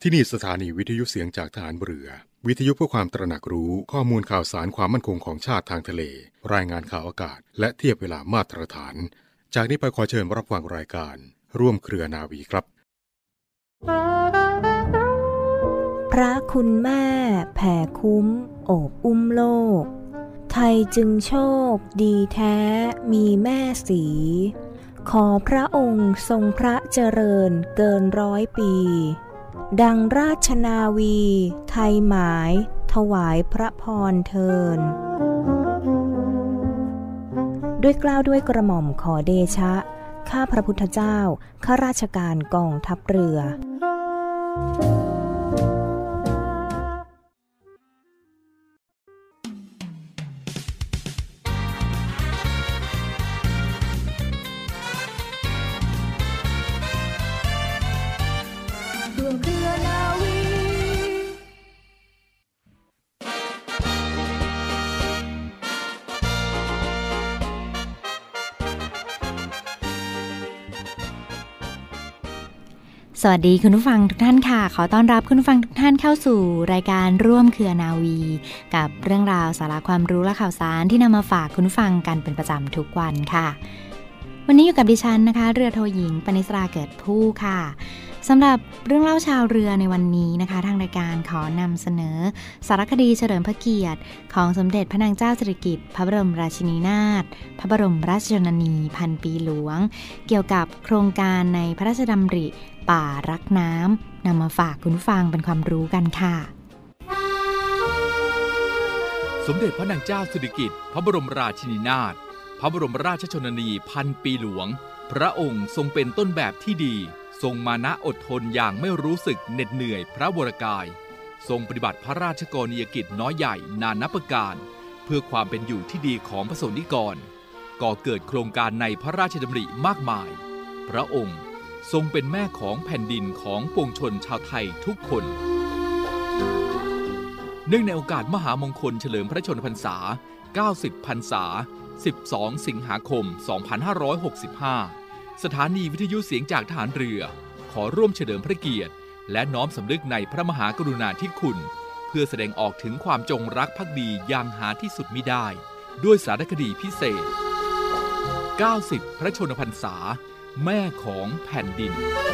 ที่นี่สถานีวิทยุเสียงจากทหารเรือวิทยุเพื่อความตระหนักรู้ข้อมูลข่าวสารความมั่นคงของชาติทางทะเลรายงานข่าวอากาศและเทียบเวลามาตรฐานจากนี้ไปขอเชิญรับฟังรายการร่วมเครือนาวีครับพระคุณแม่แผ่คุ้มโอบอุ้มโลกไทยจึงโชคดีแท้มีแม่สีขอพระองค์ทรงพระเจริญเกิน100 ปีดังราชนาวีไทยหมายถวายพระพรเทินด้วยเกล้าด้วยกระหม่อมขอเดชะข้าพระพุทธเจ้าข้าราชการกองทัพเรือสวัสดีคุณผู้ฟังทุกท่านค่ะขอต้อนรับคุณผู้ฟังทุกท่านเข้าสู่รายการร่วมเครือนาวีกับเรื่องราวสาระความรู้และข่าวสารที่นำมาฝากคุณผู้ฟังกันเป็นประจำทุกวันค่ะวันนี้อยู่กับดิฉันนะคะเรือโทหญิงปณิสราเกิดผู้ค่ะสำหรับเรื่องเล่าชาวเรือในวันนี้นะคะทางรายการขอนำเสนอสารคดีเฉลิมพระเกียรติของสมเด็จพระนางเจ้าสิริกิติ์พระบรมราชินีนาถพระบรมราชชนนีพันปีหลวงเกี่ยวกับโครงการในพระราชดำริป่ารักน้ำนำมาฝากคุณผู้ฟังเป็นความรู้กันค่ะสมเด็จพระนางเจ้าสิริกิติ์พระบรมราชินีนาถพระบรมราชชนนีพันปีหลวงพระองค์ทรงเป็นต้นแบบที่ดีทรงมานะอดทนอย่างไม่รู้สึกเหน็ดเหนื่อยพระวรกายทรงปฏิบัติพระราชกรณียกิจน้อยใหญ่นานับประการเพื่อความเป็นอยู่ที่ดีของพระสงฆ์นิกรก่อเกิดโครงการในพระราชดำริมากมายพระองค์ทรงเป็นแม่ของแผ่นดินของปวงชนชาวไทยทุกคนเนื่องในโอกาสมหามงคลเฉลิมพระชนมพรรษา90 พรรษา12 สิงหาคม 2565สถานีวิทยุเสียงจากทหารเรือขอร่วมเฉลิมพระเกียรติและน้อมสำนึกในพระมหากรุณาธิคุณเพื่อแสดงออกถึงความจงรักภักดีอย่างหาที่สุดมิได้ด้วยสารคดีพิเศษ90 พระชนมพรรษาแม่ของแผ่นดิน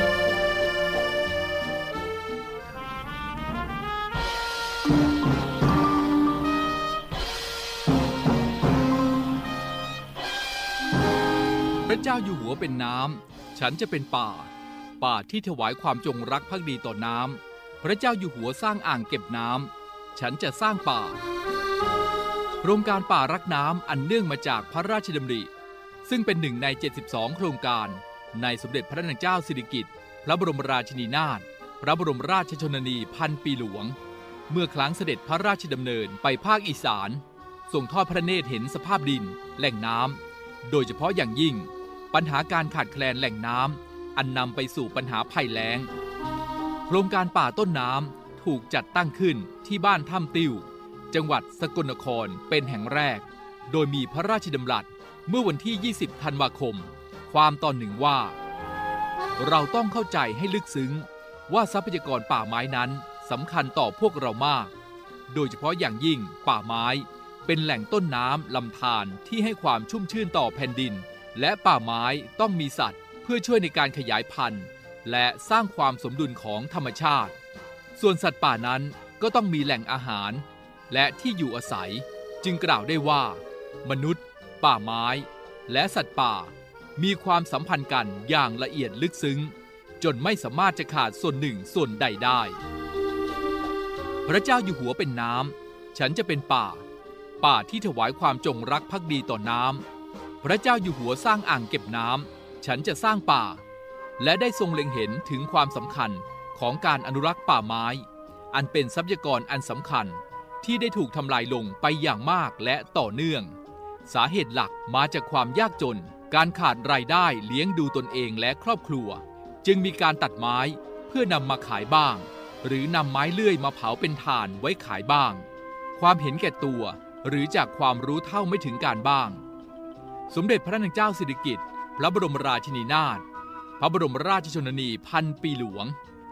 พระเจ้าอยู่หัวเป็นน้ำฉันจะเป็นป่าที่ถวายความจงรักภักดีต่อน้ำพระเจ้าอยู่หัวสร้างอ่างเก็บน้ำฉันจะสร้างป่าโครงการป่ารักน้ำอันเนื่องมาจากพระราชดำริซึ่งเป็นหนึ่งใน72โครงการในสมเด็จพระนางเจ้าสิริกิติ์พระบรมราชินีนาถพระบรมราชชนนีพันปีหลวงเมื่อครั้งเสด็จพระราชดำเนินไปภาคอีสานทรงทอดพระเนตรเห็นสภาพดินแหล่งน้ำโดยเฉพาะอย่างยิ่งปัญหาการขาดแคลนแหล่งน้ำอันนำไปสู่ปัญหาภัยแล้งโครงการป่าต้นน้ำถูกจัดตั้งขึ้นที่บ้านถ้ำติ้วจังหวัดสกลนครเป็นแห่งแรกโดยมีพระราชดำรัสเมื่อวันที่20 ธันวาคมความตอนหนึ่งว่าเราต้องเข้าใจให้ลึกซึ้งว่าทรัพยากรป่าไม้นั้นสำคัญต่อพวกเรามากโดยเฉพาะอย่างยิ่งป่าไม้เป็นแหล่งต้นน้ำลำธารที่ให้ความชุ่มชื่นต่อแผ่นดินและป่าไม้ต้องมีสัตว์เพื่อช่วยในการขยายพันธุ์และสร้างความสมดุลของธรรมชาติส่วนสัตว์ป่านั้นก็ต้องมีแหล่งอาหารและที่อยู่อาศัยจึงกล่าวได้ว่ามนุษย์ป่าไม้และสัตว์ป่ามีความสัมพันธ์กันอย่างละเอียดลึกซึ้งจนไม่สามารถจะขาดส่วนหนึ่งส่วนใดได้พระเจ้าอยู่หัวเป็นน้ำฉันจะเป็นป่าที่ถวายความจงรักภักดีต่อน้ำพระเจ้าอยู่หัวสร้างอ่างเก็บน้ำฉันจะสร้างป่าและได้ทรงเล็งเห็นถึงความสำคัญของการอนุรักษ์ป่าไม้อันเป็นทรัพยากรอันสำคัญที่ได้ถูกทำลายลงไปอย่างมากและต่อเนื่องสาเหตุหลักมาจากความยากจนการขาดรายได้เลี้ยงดูตนเองและครอบครัวจึงมีการตัดไม้เพื่อนำมาขายบ้างหรือนำไม้เลื่อยมาเผาเป็นถ่านไว้ขายบ้างความเห็นแก่ตัวหรือจากความรู้เท่าไม่ถึงการบ้างสมเด็จพระนางเจ้าสิริกิติ์พระบรมราชินีนาถพระบรมราชชนนีพันปีหลวง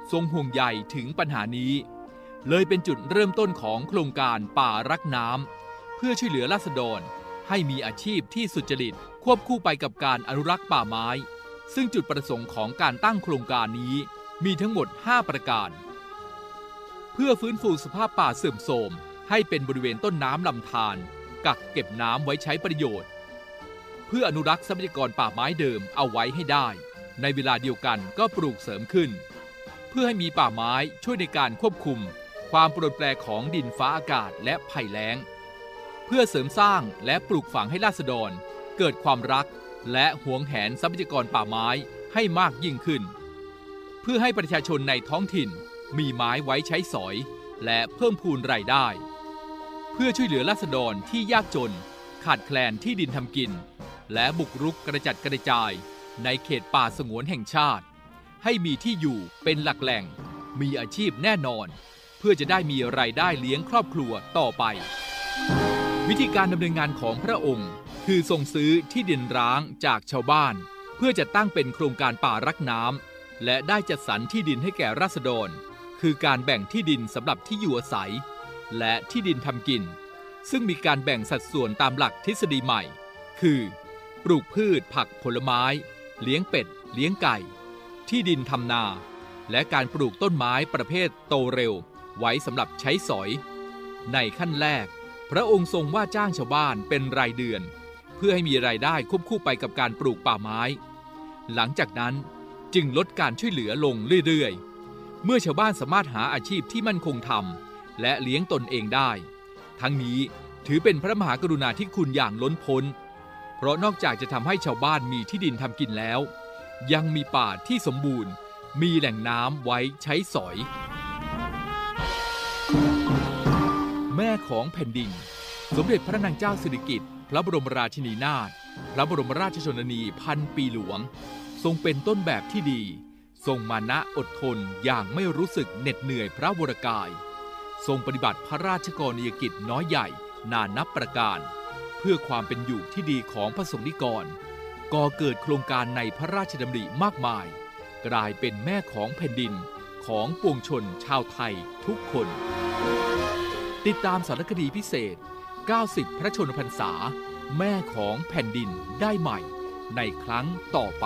ทรงห่วงใยถึงปัญหานี้เลยเป็นจุดเริ่มต้นของโครงการป่ารักน้ำเพื่อช่วยเหลือราษฎรให้มีอาชีพที่สุจริตควบคู่ไปกับการอนุรักษ์ป่าไม้ซึ่งจุดประสงค์ของการตั้งโครงการนี้มีทั้งหมด5ประการเพื่อฟื้นฟูสภาพป่าเสื่อมโทรมให้เป็นบริเวณต้นน้ำลำธารกักเก็บน้ำไว้ใช้ประโยชน์เพื่ออนุรักษ์ทรัพยากรป่าไม้เดิมเอาไว้ให้ได้ในเวลาเดียวกันก็ปลูกเสริมขึ้นเพื่อให้มีป่าไม้ช่วยในการควบคุมความโปรยแปรของดินฟ้าอากาศและภัยแล้งเพื่อเสริมสร้างและปลูกฝังให้ราษฎรเกิดความรักและหวงแหนทรัพยากรป่าไม้ให้มากยิ่งขึ้นเพื่อให้ประชาชนในท้องถิ่นมีไม้ไว้ใช้สอยและเพิ่มพูนรายได้เพื่อช่วยเหลือราษฎรที่ยากจนขาดแคลนที่ดินทำกินและบุกรุกกระจัดกระจายในเขตป่าสงวนแห่งชาติให้มีที่อยู่เป็นหลักแหล่งมีอาชีพแน่นอนเพื่อจะได้มีรายได้เลี้ยงครอบครัวต่อไปวิธีการดำเนินงานของพระองค์คือทรงซื้อที่ดินร้างจากชาวบ้านเพื่อจะตั้งเป็นโครงการป่ารักน้ำและได้จัดสรรที่ดินให้แก่ราษฎรคือการแบ่งที่ดินสำหรับที่อยู่อาศัยและที่ดินทำกินซึ่งมีการแบ่งสัดส่วนตามหลักทฤษฎีใหม่คือปลูกพืชผักผลไม้เลี้ยงเป็ดเลี้ยงไก่ที่ดินทำนาและการปลูกต้นไม้ประเภทโตเร็วไว้สำหรับใช้สอยในขั้นแรกพระองค์ทรงว่าจ้างชาวบ้านเป็นรายเดือนเพื่อให้มีรายได้ควบคู่ไปกับการปลูกป่าไม้หลังจากนั้นจึงลดการช่วยเหลือลงเรื่อยๆเมื่อชาวบ้านสามารถหาอาชีพที่มั่นคงทำและเลี้ยงตนเองได้ทั้งนี้ถือเป็นพระมหากรุณาธิคุณอย่างล้นพ้นเพราะนอกจากจะทำให้ชาวบ้านมีที่ดินทำกินแล้วยังมีป่าที่สมบูรณ์มีแหล่งน้ำไว้ใช้สอยแม่ของแผ่นดินสมเด็จพระนางเจ้าสิริกิติ์พระบรมราชินีนาถพระบรมราชชนนีพันปีหลวงทรงเป็นต้นแบบที่ดีทรงมานะอดทนอย่างไม่รู้สึกเหน็ดเหนื่อยพระวรกายทรงปฏิบัติพระราชกรณียกิจน้อยใหญ่นานับประการเพื่อความเป็นอยู่ที่ดีของพระสงฆ์นิกรก่อเกิดโครงการในพระราชดำริมากมายกลายเป็นแม่ของแผ่นดินของปวงชนชาวไทยทุกคนติดตามสารคดีพิเศษ90พระชนมพรรษาแม่ของแผ่นดินได้ใหม่ในครั้งต่อไป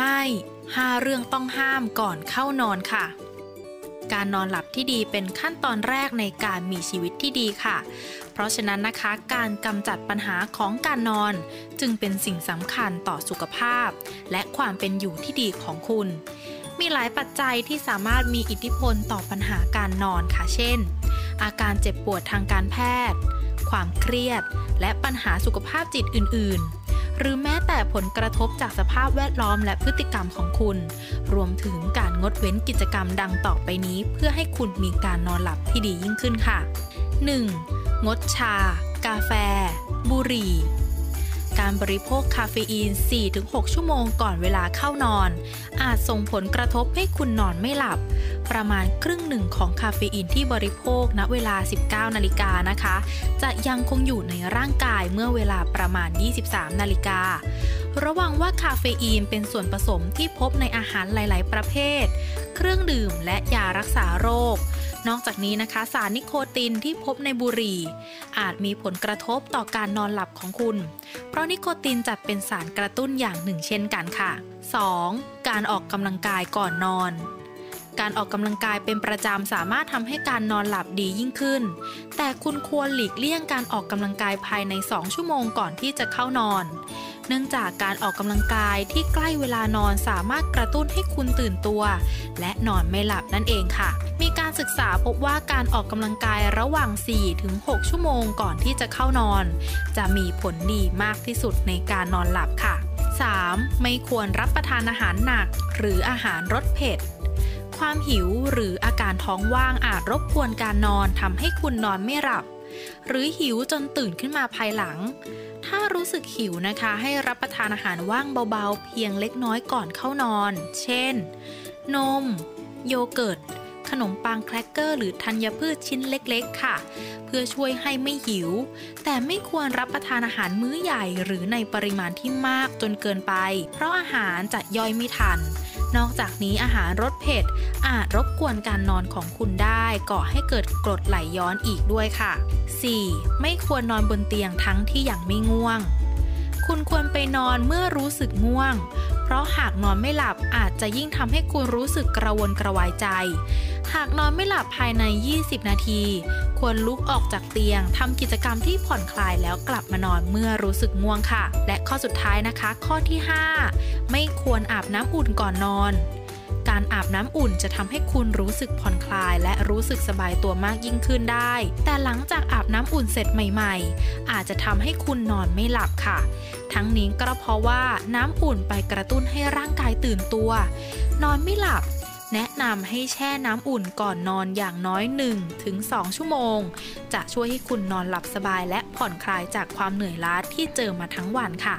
ไม่5เรื่องต้องห้ามก่อนเข้านอนค่ะการนอนหลับที่ดีเป็นขั้นตอนแรกในการมีชีวิตที่ดีค่ะเพราะฉะนั้นนะคะการกำจัดปัญหาของการนอนจึงเป็นสิ่งสำคัญต่อสุขภาพและความเป็นอยู่ที่ดีของคุณมีหลายปัจจัยที่สามารถมีอิทธิพลต่อปัญหาการนอนค่ะเช่นอาการเจ็บปวดทางการแพทย์ความเครียดและปัญหาสุขภาพจิตอื่นๆหรือแม้แต่ผลกระทบจากสภาพแวดล้อมและพฤติกรรมของคุณรวมถึงการงดเว้นกิจกรรมดังต่อไปนี้เพื่อให้คุณมีการนอนหลับที่ดียิ่งขึ้นค่ะ 1. งดชากาแฟบุหรี่การบริโภคคาเฟอีน 4-6 ชั่วโมงก่อนเวลาเข้านอนอาจส่งผลกระทบให้คุณนอนไม่หลับประมาณครึ่งหนึ่งของคาเฟอีนที่บริโภคณเวลา 19 นาฬิกานะคะจะยังคงอยู่ในร่างกายเมื่อเวลาประมาณ 23 นาฬิการะวังว่าคาเฟอีนเป็นส่วนผสมที่พบในอาหารหลายๆประเภทเครื่องดื่มและยารักษาโรคนอกจากนี้นะคะสารนิโคตินที่พบในบุหรี่อาจมีผลกระทบต่อการนอนหลับของคุณเพราะนิโคตินจัดเป็นสารกระตุ้นอย่างหนึ่งเช่นกันค่ะ 2. การออกกำลังกายก่อนนอนการออกกำลังกายเป็นประจำสามารถทำให้การนอนหลับดียิ่งขึ้นแต่คุณควรหลีกเลี่ยงการออกกำลังกายภายใน2 ชั่วโมงก่อนที่จะเข้านอนเนื่องจากการออกกำลังกายที่ใกล้เวลานอนสามารถกระตุ้นให้คุณตื่นตัวและนอนไม่หลับนั่นเองค่ะมีการศึกษาพบว่าการออกกำลังกายระหว่าง 4-6 ชั่วโมงก่อนที่จะเข้านอนจะมีผลดีมากที่สุดในการนอนหลับค่ะ 3. ไม่ควรรับประทานอาหารหนักหรืออาหารรสเผ็ดความหิวหรืออาการท้องว่างอาจรบกวนการนอนทำให้คุณนอนไม่หลับหรือหิวจนตื่นขึ้นมาภายหลังถ้ารู้สึกหิวนะคะให้รับประทานอาหารว่างเบาๆเพียงเล็กน้อยก่อนเข้านอนเช่นนมโยเกิร์ตขนมปังแครกเกอร์หรือธัญพืชชิ้นเล็กๆค่ะเพื่อช่วยให้ไม่หิวแต่ไม่ควรรับประทานอาหารมื้อใหญ่หรือในปริมาณที่มากจนเกินไปเพราะอาหารจะย่อยไม่ทันนอกจากนี้อาหารรสเผ็ดอาจรบกวนการนอนของคุณได้ก่อให้เกิดกรดไหลย้อนอีกด้วยค่ะ 4. ไม่ควรนอนบนเตียงทั้งที่ยังไม่ง่วงคุณควรไปนอนเมื่อรู้สึกง่วงเพราะหากนอนไม่หลับอาจจะยิ่งทำให้คุณรู้สึกกระวนกระวายใจหากนอนไม่หลับภายใน20นาทีควรลุกออกจากเตียงทำกิจกรรมที่ผ่อนคลายแล้วกลับมานอนเมื่อรู้สึกง่วงค่ะและข้อสุดท้ายนะคะข้อที่ 5 ไม่ควรอาบน้ำอุ่นก่อนนอนการอาบน้ำอุ่นจะทำให้คุณรู้สึกผ่อนคลายและรู้สึกสบายตัวมากยิ่งขึ้นได้แต่หลังจากอาบน้ำอุ่นเสร็จใหม่ๆอาจจะทำให้คุณนอนไม่หลับค่ะทั้งนี้ก็เพราะว่าน้ำอุ่นไปกระตุ้นให้ร่างกายตื่นตัวนอนไม่หลับแนะนำให้แช่น้ำอุ่นก่อนนอนอย่างน้อย 1-2 ชั่วโมงจะช่วยให้คุณนอนหลับสบายและผ่อนคลายจากความเหนื่อยล้าที่เจอมาทั้งวันค่ะ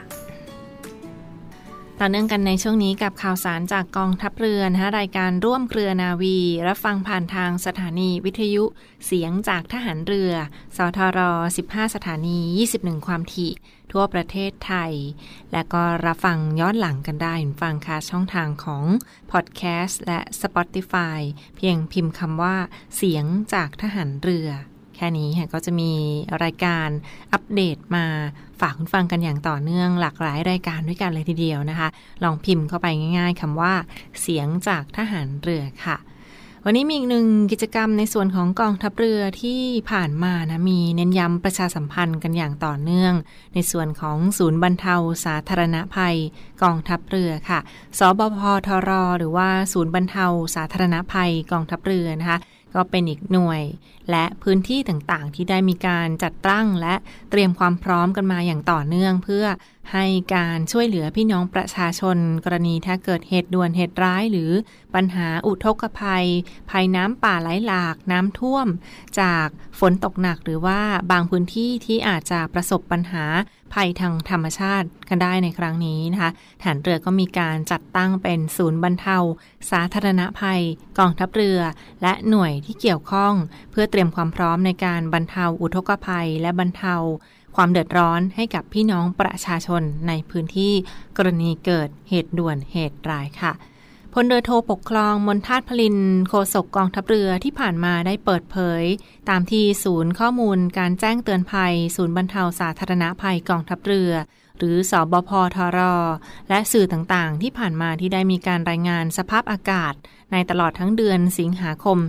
ต่อเนื่องกันในช่วงนี้กับข่าวสารจากกองทัพเรือนะคะรายการร่วมเครือนาวีรับฟังผ่านทางสถานีวิทยุเสียงจากทหารเรือสทร15สถานี21ความถี่ทั่วประเทศไทยและก็รับฟังย้อนหลังกันได้ฟังค่ะช่องทางของพอดแคสต์และ Spotify เพียงพิมพ์คำว่าเสียงจากทหารเรือแค่นี้ก็จะมีรายการอัปเดตมาฝากคุณฟังกันอย่างต่อเนื่องหลากหลายรายการด้วยกันเลยทีเดียวนะคะลองพิมพ์เข้าไปง่ายๆคำว่าเสียงจากทหารเรือค่ะวันนี้มีอีกหนึ่งกิจกรรมในส่วนของกองทัพเรือที่ผ่านมานะมีเน้นย้ำประชาสัมพันธ์กันอย่างต่อเนื่องในส่วนของศูนย์บรรเทาสาธารณภัยกองทัพเรือค่ะสบพทรหรือว่าศูนย์บรรเทาสาธารณภัยกองทัพเรือนะคะก็เป็นอีกหน่วยและพื้นที่ต่างๆที่ได้มีการจัดตั้งและเตรียมความพร้อมกันมาอย่างต่อเนื่องเพื่อให้การช่วยเหลือพี่น้องประชาชนกรณีถ้าเกิดเหตุด่วนเหตุร้ายหรือปัญหาอุทกภัยภัยน้ำป่าไหลหลากน้ำท่วมจากฝนตกหนักหรือว่าบางพื้นที่ที่อาจจะประสบปัญหาภัยทางธรรมชาติกันได้ในครั้งนี้นะคะทหารเรือก็มีการจัดตั้งเป็นศูนย์บรรเทาสาธารณภัยกองทัพเรือและหน่วยที่เกี่ยวข้องเพื่อเตรียมความพร้อมในการบรรเทาอุทกภัยและบรรเทาความเดือดร้อนให้กับพี่น้องประชาชนในพื้นที่กรณีเกิดเหตุด่วนเหตุร้ายค่ะพลเรือโทปกครองมนทาตพลินโฆษกกองทัพเรือที่ผ่านมาได้เปิดเผยตามที่ศูนย์ข้อมูลการแจ้งเตือนภัยศูนย์บรรเทาสาธารณภัยกองทัพเรือหรือสบพทร.และสื่อต่างๆที่ผ่านมาที่ได้มีการรายงานสภาพอากาศในตลอดทั้งเดือนสิงหาคม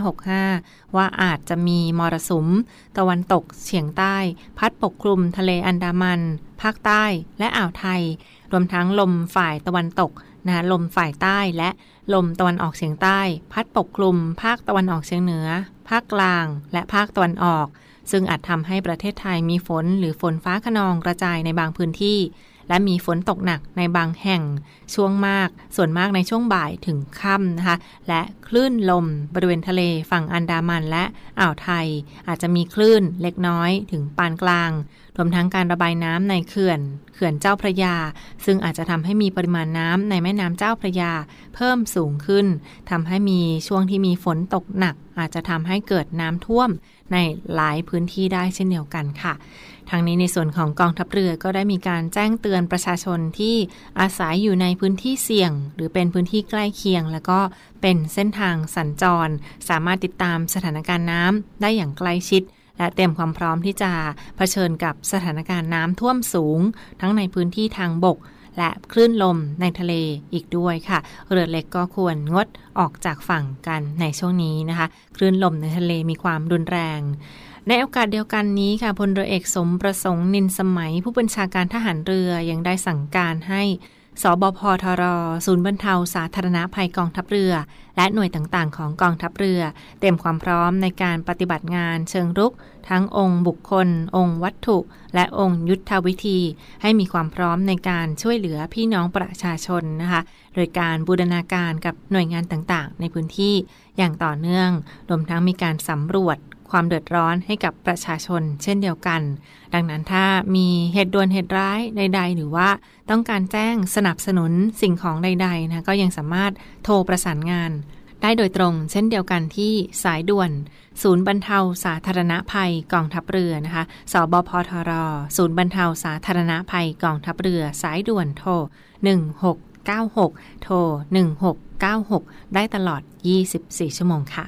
2565 ว่าอาจจะมีมรสุมตะวันตกเฉียงใต้พัดปกคลุมทะเลอันดามันภาคใต้และอ่าวไทยรวมทั้งลมฝ่ายตะวันตกลมฝ่ายใต้และลมตะวันออกเฉียงใต้พัดปกคลุมภาคตะวันออกเฉียงเหนือภาคกลางและภาคตะวันออกซึ่งอาจทำให้ประเทศไทยมีฝนหรือฝนฟ้าคะนองกระจายในบางพื้นที่และมีฝนตกหนักในบางแห่งช่วงมากส่วนมากในช่วงบ่ายถึงค่ำนะคะและคลื่นลมบริเวณทะเลฝั่งอันดามันและอ่าวไทยอาจจะมีคลื่นเล็กน้อยถึงปานกลางรวมทั้งการระบายน้ำในเขื่อนเจ้าพระยาซึ่งอาจจะทำให้มีปริมาณน้ำในแม่น้ำเจ้าพระยาเพิ่มสูงขึ้นทำให้มีช่วงที่มีฝนตกหนักอาจจะทำให้เกิดน้ำท่วมในหลายพื้นที่ได้เช่นเดียวกันค่ะทางนี้ในส่วนของกองทัพเรือก็ได้มีการแจ้งเตือนประชาชนที่อาศัยอยู่ในพื้นที่เสี่ยงหรือเป็นพื้นที่ใกล้เคียงแล้วก็เป็นเส้นทางสัญจรสามารถติดตามสถานการณ์น้ำได้อย่างใกล้ชิดและเตรียมความพร้อมที่จะเผชิญกับสถานการณ์น้ำท่วมสูงทั้งในพื้นที่ทางบกและคลื่นลมในทะเลอีกด้วยค่ะเรือเล็กก็ควรงดออกจากฝั่งกันในช่วงนี้นะคะคลื่นลมในทะเลมีความรุนแรงในโอกาสเดียวกันนี้ค่ะพลเรือเอกสมประสงค์นินสมัยผู้บัญชาการทหารเรือยังได้สั่งการให้สบพทร.ศูนย์บรรเทาสาธารณภัยกองทัพเรือและหน่วยต่างๆของกองทัพเรือเตรียมความพร้อมในการปฏิบัติงานเชิงรุกทั้งองค์บุคคลองค์วัตถุและองค์ยุทธวิธีให้มีความพร้อมในการช่วยเหลือพี่น้องประชาชนนะคะโดยการบูรณาการกับหน่วยงานต่างๆในพื้นที่อย่างต่อเนื่องรวมทั้งมีการสำรวจความเดือดร้อนให้กับประชาชนเช่นเดียวกันดังนั้นถ้ามีเหตุด่วนเหตุร้ายใดๆหรือว่าต้องการแจ้งสนับสนุนสิ่งของใดๆนะก็ยังสามารถโทรประสานงานได้โดยตรงเช่นเดียวกันที่สายด่วนศูนย์บรรเทาสาธารณภัยกองทัพเรือนะคะสบพทร.ศูนย์บรรเทาสาธารณภัยกองทัพเรือสายด่วนโทร1696โทร1696ได้ตลอด24ชั่วโมงค่ะ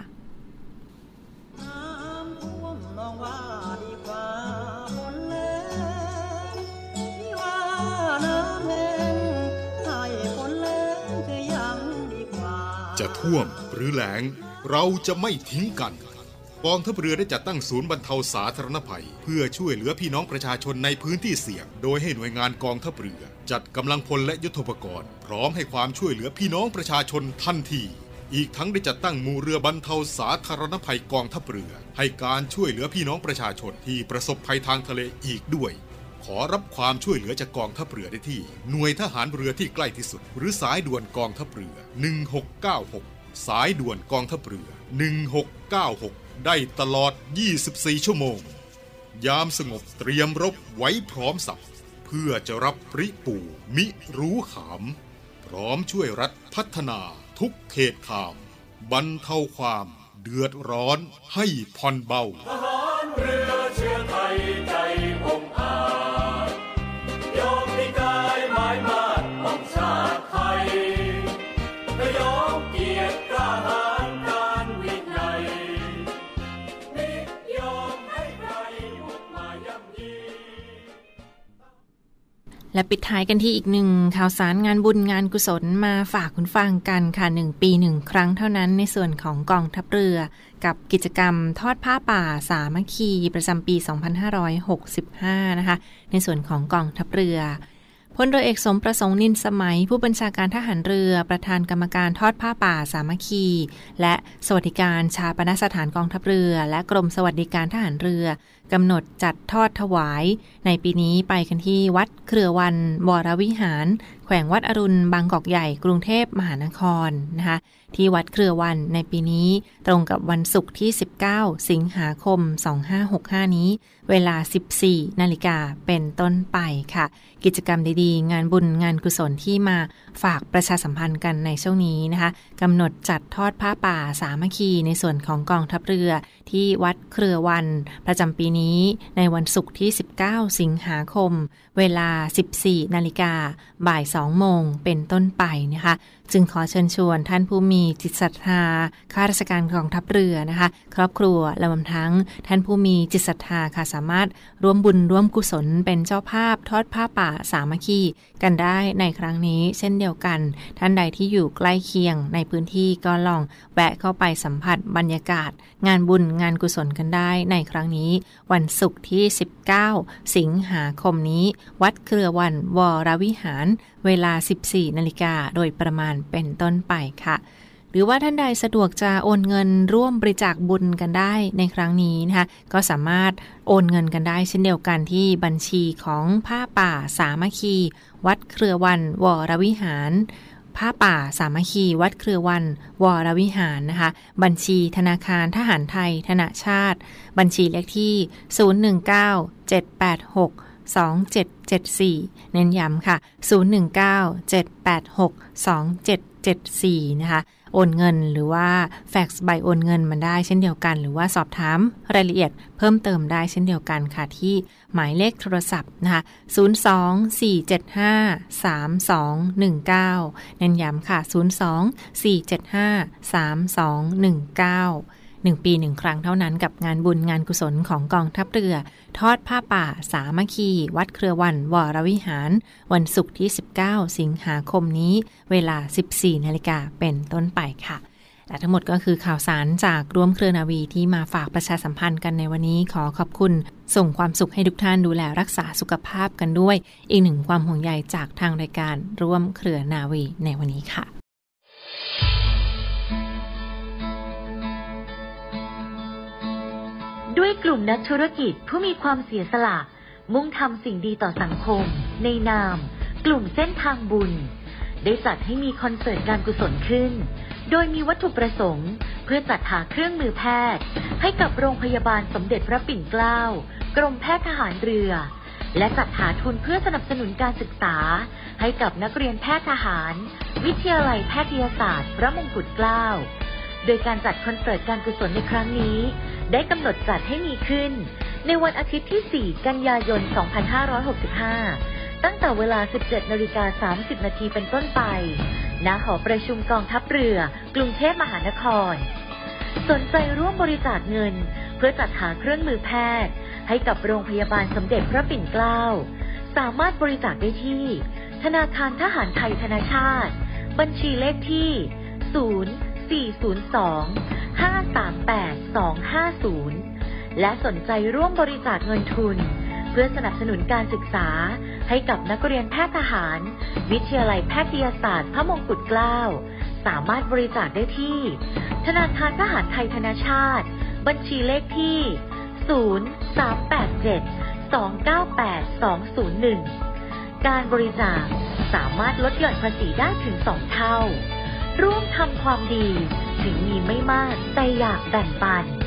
จะท่วมหรือแล้งเราจะไม่ทิ้งกันกองทัพเรือได้จัดตั้งศูนย์บรรเทาสาธารณภัยเพื่อช่วยเหลือพี่น้องประชาชนในพื้นที่เสี่ยงโดยให้หน่วยงานกองทัพเรือจัดกำลังพลและยุทโธปกรณ์พร้อมให้ความช่วยเหลือพี่น้องประชาชนทันทีอีกทั้งได้จัดตั้งหมู่เรือบรรเทาสาธารณภัยกองทัพเรือให้การช่วยเหลือพี่น้องประชาชนที่ประสบภัยทางทะเลอีกด้วยขอรับความช่วยเหลือจากกองทัพเรือได้ที่หน่วยทหารเรือที่ใกล้ที่สุดหรือสายด่วนกองทัพเรือ1696สายด่วนกองทัพเรือ1696ได้ตลอด24ชั่วโมงยามสงบเตรียมรบไว้พร้อมสับเพื่อจะรับปริปู่มิรู้ขามพร้อมช่วยรัฐพัฒนาทุกเขตขามบรรเทาความเดือดร้อนให้ผ่อนเบาทหารเรือเชื้อไทยใจองอาจยอมพิกายหมายมาดของชาติไทยและยอมเกียรติกล้าหาญการวินัยนิยอมให้ใครบุกมาย่ำยีและปิดท้ายกันที่อีกหนึ่งข่าวสารงานบุญงานกุศลมาฝากคุณฟังกันค่ะ1 ปี1 ครั้งเท่านั้นในส่วนของกองทัพเรือกับกิจกรรมทอดผ้าป่าสามัคคีประจำปี 2565 นะคะในส่วนของกองทัพเรือพลเรือเอกสมประสงค์นินสมัยผู้บัญชาการทหารเรือประธานกรรมการทอดผ้าป่าสามัคคีและสวัสดิการชาปนสถานกองทัพเรือและกรมสวัสดิการทหารเรือกำหนดจัดทอดถวายในปีนี้ไปกันที่วัดเครือวันวรวิหารแขวงวัดอรุณบางกอกใหญ่กรุงเทพมหานครนะคะที่วัดเครือวันในปีนี้ตรงกับวันศุกร์ที่19สิงหาคม2565นี้เวลา 14 นาฬิกาเป็นต้นไปค่ะกิจกรรมดีๆงานบุญงานกุศลที่มาฝากประชาสัมพันธ์กันในช่วงนี้นะคะกำหนดจัดทอดผ้าป่าสามัคคีในส่วนของกองทัพเรือที่วัดเครือวันประจำปีนี้ในวันศุกร์ที่19สิงหาคมเวลา 14:00 นบ่าย 2 โมงเป็นต้นไปนะคะจึงขอเชิญชวนท่านผู้มีจิตศรัทธาข้าราชการกองทัพเรือนะคะครอบครัวและรวมทั้งท่านผู้มีจิตศรัทธาค่ะสามารถร่วมบุญร่วมกุศลเป็นเจ้าภาพทอดผ้าป่าสามัคคีกันได้ในครั้งนี้เช่นเดียวกันท่านใดที่อยู่ใกล้เคียงในพื้นที่ก็ลองแวะเข้าไปสัมผัสบรรยากาศงานบุญงานกุศลกันได้ในครั้งนี้วันศุกร์ที่19สิงหาคมนี้วัดเครือวันวรวิหารเวลา 14:00 นโดยประมาณเป็นต้นไปค่ะหรือว่าท่านใดสะดวกจะโอนเงินร่วมบริจาคบุญกันได้ในครั้งนี้นะคะก็สามารถโอนเงินกันได้เช่นเดียวกันที่บัญชีของผ้าป่าสามัคคีวัดเครือวันวรวิหารผ้าป่าสามัคคีวัดเครือวันวรวิหารนะคะบัญชีธนาคารทหารไทยธนชาติบัญชีเลขที่019-786-2774เน้นย้ำค่ะ019-786-2774นะคะโอนเงินหรือว่าแฟกซ์ใบโอนเงินมันได้เช่นเดียวกันหรือว่าสอบถามรายละเอียดเพิ่มเติมได้เช่นเดียวกันค่ะที่หมายเลขโทรศัพท์นะคะ024753219เน้นย้ำค่ะ024753219 1 ปี 1 ครั้งเท่านั้นกับงานบุญงานกุศลของกองทัพเรือทอดผ้าป่าสามัคคีวัดเครือวันวรวิหารวันศุกร์ที่19สิงหาคมนี้เวลา 14:00 นเป็นต้นไปค่ะและทั้งหมดก็คือข่าวสารจากร่วมเครือนาวีที่มาฝากประชาสัมพันธ์กันในวันนี้ขอขอบคุณส่งความสุขให้ทุกท่านดูแลรักษาสุขภาพกันด้วยอีกหนึ่งความห่วงใยจากทางรายการร่วมเครือนาวีในวันนี้ค่ะด้วยกลุ่มนักธุรกิจผู้มีความเสียสละมุ่งทำสิ่งดีต่อสังคมในนามกลุ่มเส้นทางบุญได้จัดให้มีคอนเสิร์ตการกุศลขึ้นโดยมีวัตถุประสงค์เพื่อจัดหาเครื่องมือแพทย์ให้กับโรงพยาบาลสมเด็จพระปิ่นเกล้ากรมแพทย์ทหารเรือและจัดหาทุนเพื่อสนับสนุนการศึกษาให้กับนักเรียนแพทย์ทหารวิทยาลัยแพทยศาสตร์พระมงกุฎเกล้าโดยการจัดคอนเสิร์ตการกุศลในครั้งนี้ได้กำหนดจัดให้มีขึ้นในวันอาทิตย์ที่4กันยายน2565ตั้งแต่เวลา 17:30 นเป็นต้นไปณหอประชุมกองทัพเรือกรุงเทพมหานครสนใจร่วมบริจาคเงินเพื่อจัดหาเครื่องมือแพทย์ให้กับโรงพยาบาลสมเด็จพระปิ่นเกล้าสามารถบริจาคได้ที่ธนาคารทหารไทยธนชาติบัญชีเลขที่0402-538-250และสนใจร่วมบริจาคเงินทุนเพื่อสนับสนุนการศึกษาให้กับนักเรียนแพทย์ทหารวิทยาลัยแพทยศาสตร์พระมงกุฎเกล้าสามารถบริจาคได้ที่ธนาคารทหารไทยธนชาติบัญชีเลขที่0387-298-201การบริจาคสามารถลดหย่อนภาษีได้ถึง2เท่าร่วมทำความดีถึงมีไม่มากแต่อยากแบ่งปัน